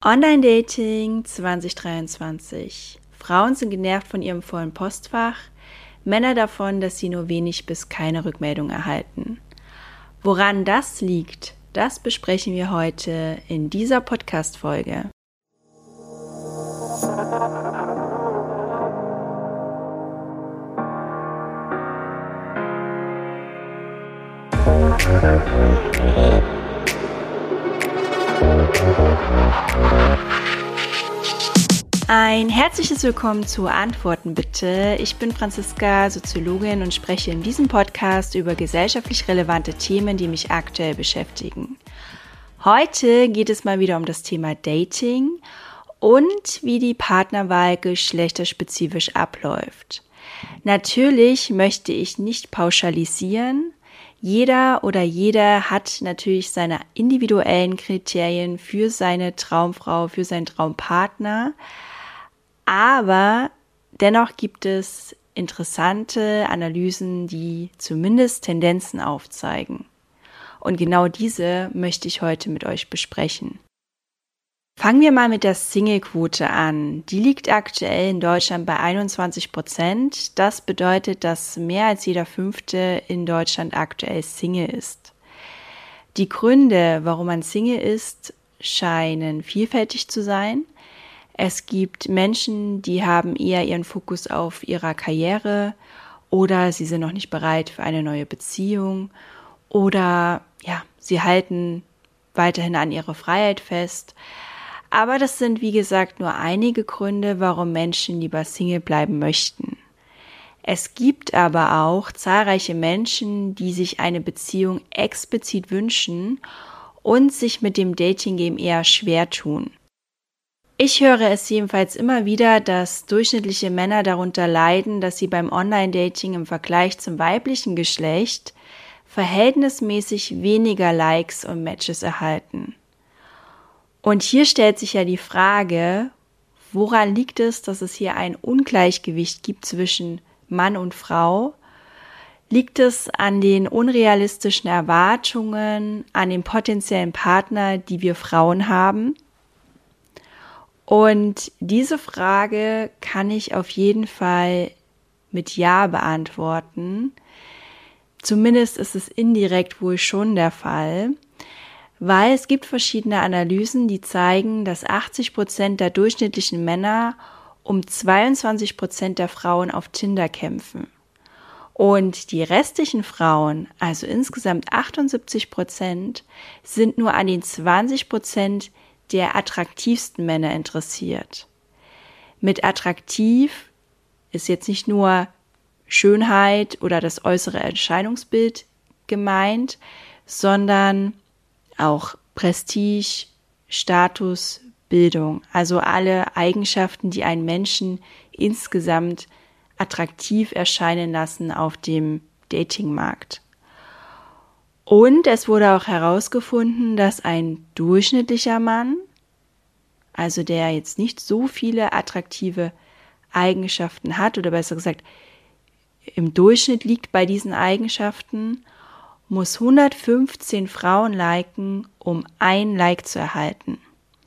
Online-Dating 2023. Frauen sind genervt von ihrem vollen Postfach, Männer davon, dass sie nur wenig bis keine Rückmeldung erhalten. Woran das liegt, das besprechen wir heute in dieser Podcast-Folge. Ein herzliches Willkommen zu Antworten bitte. Ich bin Franziska, Soziologin und spreche in diesem Podcast über gesellschaftlich relevante Themen, die mich aktuell beschäftigen. Heute geht es mal wieder um das Thema Dating und wie die Partnerwahl geschlechterspezifisch abläuft. Natürlich möchte ich nicht pauschalisieren. Jeder oder jede hat natürlich seine individuellen Kriterien für seine Traumfrau, für seinen Traumpartner. Aber dennoch gibt es interessante Analysen, die zumindest Tendenzen aufzeigen. Und genau diese möchte ich heute mit euch besprechen. Fangen wir mal mit der Single-Quote an. Die liegt aktuell in Deutschland bei 21%. Das bedeutet, dass mehr als jeder Fünfte in Deutschland aktuell Single ist. Die Gründe, warum man Single ist, scheinen vielfältig zu sein. Es gibt Menschen, die haben eher ihren Fokus auf ihrer Karriere oder sie sind noch nicht bereit für eine neue Beziehung oder sie halten weiterhin an ihrer Freiheit fest. Aber das sind, wie gesagt, nur einige Gründe, warum Menschen lieber Single bleiben möchten. Es gibt aber auch zahlreiche Menschen, die sich eine Beziehung explizit wünschen und sich mit dem Dating-Game eher schwer tun. Ich höre es jedenfalls immer wieder, dass durchschnittliche Männer darunter leiden, dass sie beim Online-Dating im Vergleich zum weiblichen Geschlecht verhältnismäßig weniger Likes und Matches erhalten. Und hier stellt sich ja die Frage, woran liegt es, dass es hier ein Ungleichgewicht gibt zwischen Mann und Frau? Liegt es an den unrealistischen Erwartungen, an den potenziellen Partner, die wir Frauen haben? Und diese Frage kann ich auf jeden Fall mit Ja beantworten. Zumindest ist es indirekt wohl schon der Fall, weil es gibt verschiedene Analysen, die zeigen, dass 80% der durchschnittlichen Männer um 22% der Frauen auf Tinder kämpfen. Und die restlichen Frauen, also insgesamt 78%, sind nur an den 20% der attraktivsten Männer interessiert. Mit attraktiv ist jetzt nicht nur Schönheit oder das äußere Erscheinungsbild gemeint, sondern auch Prestige, Status, Bildung, also alle Eigenschaften, die einen Menschen insgesamt attraktiv erscheinen lassen auf dem Datingmarkt. Und es wurde auch herausgefunden, dass ein durchschnittlicher Mann, also der jetzt nicht so viele attraktive Eigenschaften hat, oder besser gesagt, im Durchschnitt liegt bei diesen Eigenschaften, muss 115 Frauen liken, um ein Like zu erhalten.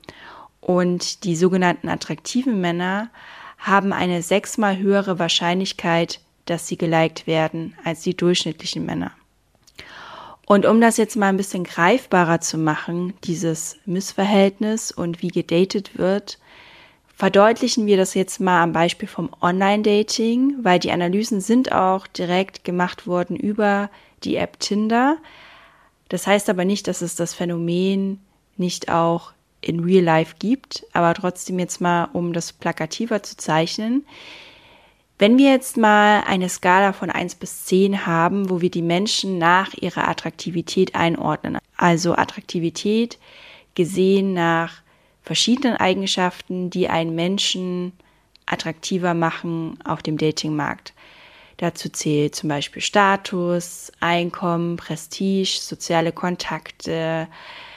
Und die sogenannten attraktiven Männer haben eine 6-mal höhere Wahrscheinlichkeit, dass sie geliked werden, als die durchschnittlichen Männer. Und um das jetzt mal ein bisschen greifbarer zu machen, dieses Missverhältnis und wie gedatet wird, verdeutlichen wir das jetzt mal am Beispiel vom Online-Dating, weil die Analysen sind auch direkt gemacht worden über die App Tinder. Das heißt aber nicht, dass es das Phänomen nicht auch in Real Life gibt, aber trotzdem jetzt mal, um das plakativer zu zeichnen. Wenn wir jetzt mal eine Skala von 1 bis 10 haben, wo wir die Menschen nach ihrer Attraktivität einordnen, also Attraktivität gesehen nach verschiedenen Eigenschaften, die einen Menschen attraktiver machen auf dem Datingmarkt. Dazu zählt zum Beispiel Status, Einkommen, Prestige, soziale Kontakte,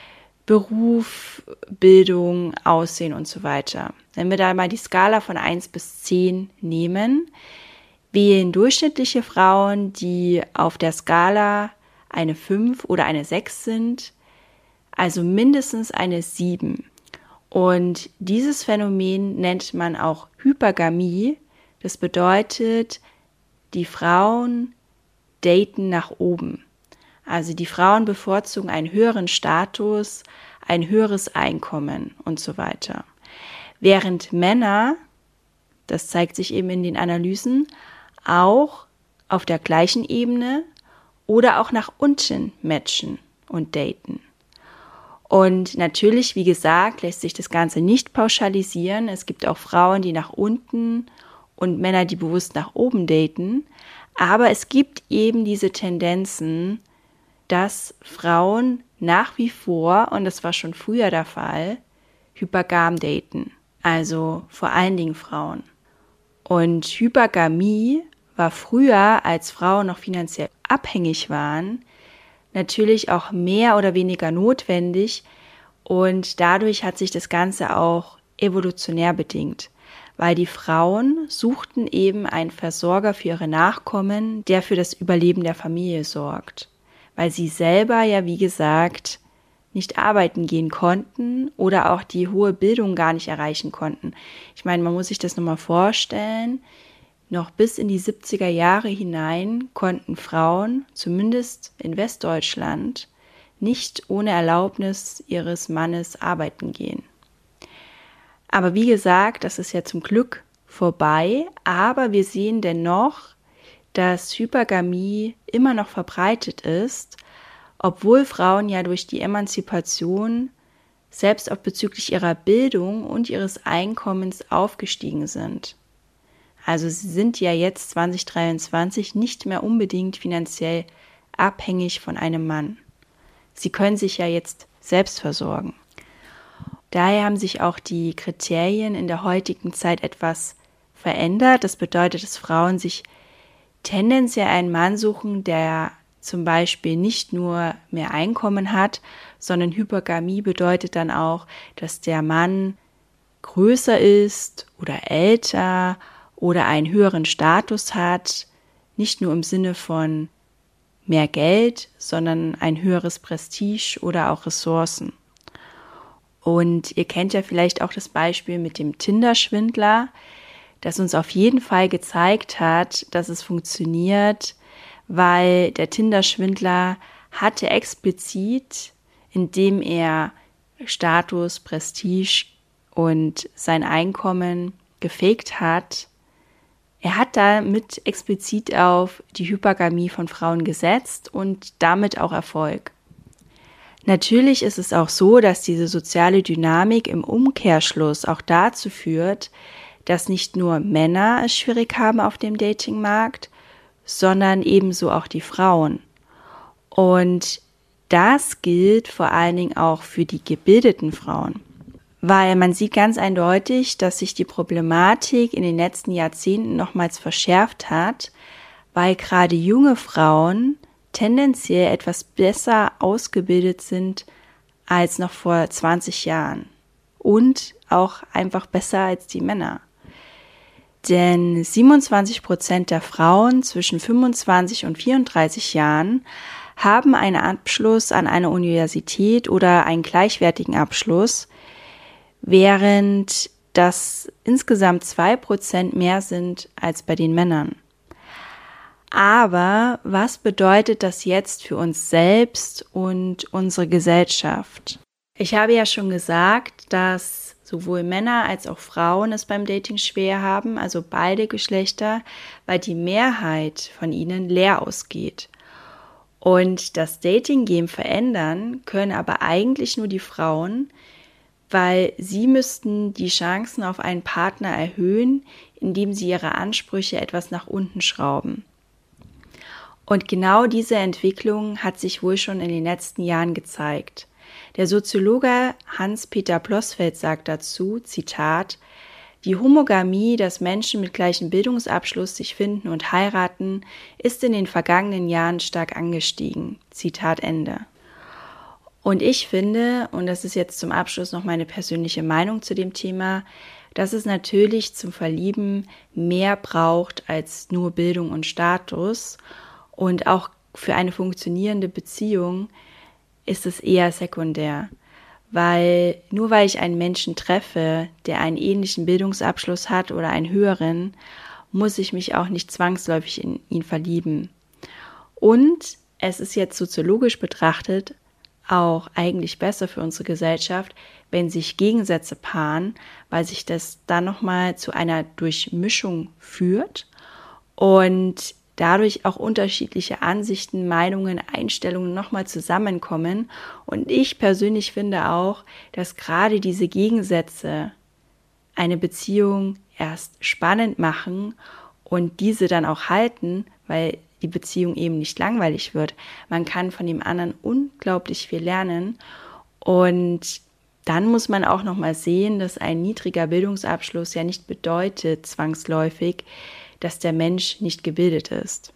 Beruf, Bildung, Aussehen und so weiter. Wenn wir da mal die Skala von 1 bis 10 nehmen, wählen durchschnittliche Frauen, die auf der Skala eine 5 oder eine 6 sind, also mindestens eine 7. Und dieses Phänomen nennt man auch Hypergamie. Das bedeutet, die Frauen daten nach oben. Also die Frauen bevorzugen einen höheren Status, ein höheres Einkommen und so weiter. Während Männer, das zeigt sich eben in den Analysen, auch auf der gleichen Ebene oder auch nach unten matchen und daten. Und natürlich, wie gesagt, lässt sich das Ganze nicht pauschalisieren. Es gibt auch Frauen, die nach unten und Männer, die bewusst nach oben daten. Aber es gibt eben diese Tendenzen, dass Frauen nach wie vor, und das war schon früher der Fall, hypergam daten. Also vor allen Dingen Frauen. Und Hypergamie war früher, als Frauen noch finanziell abhängig waren, natürlich auch mehr oder weniger notwendig und dadurch hat sich das Ganze auch evolutionär bedingt, weil die Frauen suchten eben einen Versorger für ihre Nachkommen, der für das Überleben der Familie sorgt, weil sie selber ja, wie gesagt, nicht arbeiten gehen konnten oder auch die hohe Bildung gar nicht erreichen konnten. Ich meine, man muss sich das nochmal vorstellen, noch bis in die 70er Jahre hinein konnten Frauen, zumindest in Westdeutschland, nicht ohne Erlaubnis ihres Mannes arbeiten gehen. Aber wie gesagt, das ist ja zum Glück vorbei, aber wir sehen dennoch, dass Hypergamie immer noch verbreitet ist, obwohl Frauen ja durch die Emanzipation selbst auch bezüglich ihrer Bildung und ihres Einkommens aufgestiegen sind. Also sie sind ja jetzt 2023 nicht mehr unbedingt finanziell abhängig von einem Mann. Sie können sich ja jetzt selbst versorgen. Daher haben sich auch die Kriterien in der heutigen Zeit etwas verändert. Das bedeutet, dass Frauen sich tendenziell einen Mann suchen, der zum Beispiel nicht nur mehr Einkommen hat, sondern Hypergamie bedeutet dann auch, dass der Mann größer ist oder älter oder einen höheren Status hat, nicht nur im Sinne von mehr Geld, sondern ein höheres Prestige oder auch Ressourcen. Und ihr kennt ja vielleicht auch das Beispiel mit dem Tinder-Schwindler, das uns auf jeden Fall gezeigt hat, dass es funktioniert, weil der Tinder-Schwindler hatte explizit, indem er Status, Prestige und sein Einkommen gefaked hat, er hat damit explizit auf die Hypergamie von Frauen gesetzt und damit auch Erfolg. Natürlich ist es auch so, dass diese soziale Dynamik im Umkehrschluss auch dazu führt, dass nicht nur Männer es schwierig haben auf dem Datingmarkt, sondern ebenso auch die Frauen. Und das gilt vor allen Dingen auch für die gebildeten Frauen. Weil man sieht ganz eindeutig, dass sich die Problematik in den letzten Jahrzehnten nochmals verschärft hat, weil gerade junge Frauen tendenziell etwas besser ausgebildet sind als noch vor 20 Jahren und auch einfach besser als die Männer. Denn 27% der Frauen zwischen 25 und 34 Jahren haben einen Abschluss an einer Universität oder einen gleichwertigen Abschluss, während das insgesamt 2% mehr sind als bei den Männern. Aber was bedeutet das jetzt für uns selbst und unsere Gesellschaft? Ich habe ja schon gesagt, dass sowohl Männer als auch Frauen es beim Dating schwer haben, also beide Geschlechter, weil die Mehrheit von ihnen leer ausgeht. Und das Dating-Game verändern können aber eigentlich nur die Frauen, weil sie müssten die Chancen auf einen Partner erhöhen, indem sie ihre Ansprüche etwas nach unten schrauben. Und genau diese Entwicklung hat sich wohl schon in den letzten Jahren gezeigt. Der Soziologe Hans-Peter Blossfeld sagt dazu, Zitat, die Homogamie, dass Menschen mit gleichem Bildungsabschluss sich finden und heiraten, ist in den vergangenen Jahren stark angestiegen. Zitat Ende. Und ich finde, und das ist jetzt zum Abschluss noch meine persönliche Meinung zu dem Thema, dass es natürlich zum Verlieben mehr braucht als nur Bildung und Status. Und auch für eine funktionierende Beziehung ist es eher sekundär, weil nur weil ich einen Menschen treffe, der einen ähnlichen Bildungsabschluss hat oder einen höheren, muss ich mich auch nicht zwangsläufig in ihn verlieben. Und es ist jetzt soziologisch betrachtet auch eigentlich besser für unsere Gesellschaft, wenn sich Gegensätze paaren, weil sich das dann nochmal zu einer Durchmischung führt und dadurch auch unterschiedliche Ansichten, Meinungen, Einstellungen nochmal zusammenkommen. Und ich persönlich finde auch, dass gerade diese Gegensätze eine Beziehung erst spannend machen und diese dann auch halten, weil die Beziehung eben nicht langweilig wird. Man kann von dem anderen unglaublich viel lernen und dann muss man auch nochmal sehen, dass ein niedriger Bildungsabschluss ja nicht bedeutet zwangsläufig, dass der Mensch nicht gebildet ist.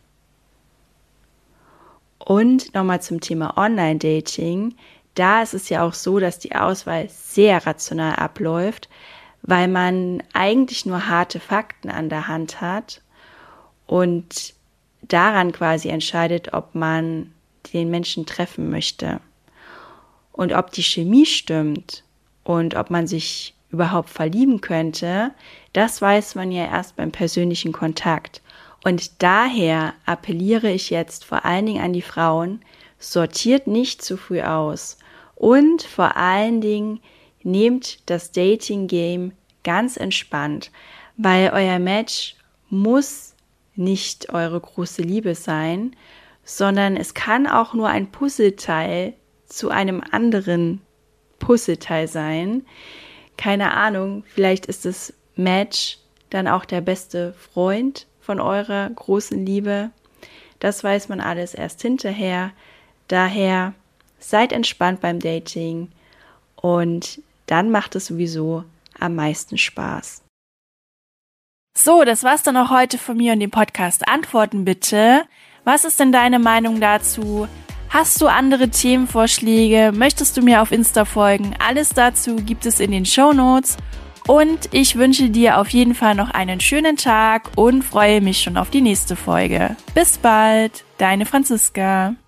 Und nochmal zum Thema Online-Dating. Da ist es ja auch so, dass die Auswahl sehr rational abläuft, weil man eigentlich nur harte Fakten an der Hand hat und daran quasi entscheidet, ob man den Menschen treffen möchte. Und ob die Chemie stimmt und ob man sich überhaupt verlieben könnte, das weiß man ja erst beim persönlichen Kontakt. Und daher appelliere ich jetzt vor allen Dingen an die Frauen, sortiert nicht zu früh aus und vor allen Dingen nehmt das Dating-Game ganz entspannt, weil euer Match muss nicht eure große Liebe sein, sondern es kann auch nur ein Puzzleteil zu einem anderen Puzzleteil sein. Keine Ahnung, vielleicht ist das Match dann auch der beste Freund von eurer großen Liebe. Das weiß man alles erst hinterher. Daher seid entspannt beim Dating und dann macht es sowieso am meisten Spaß. So, das war's dann auch heute von mir und dem Podcast Antworten bitte. Was ist denn deine Meinung dazu? Hast du andere Themenvorschläge? Möchtest du mir auf Insta folgen? Alles dazu gibt es in den Shownotes. Und ich wünsche dir auf jeden Fall noch einen schönen Tag und freue mich schon auf die nächste Folge. Bis bald, deine Franziska.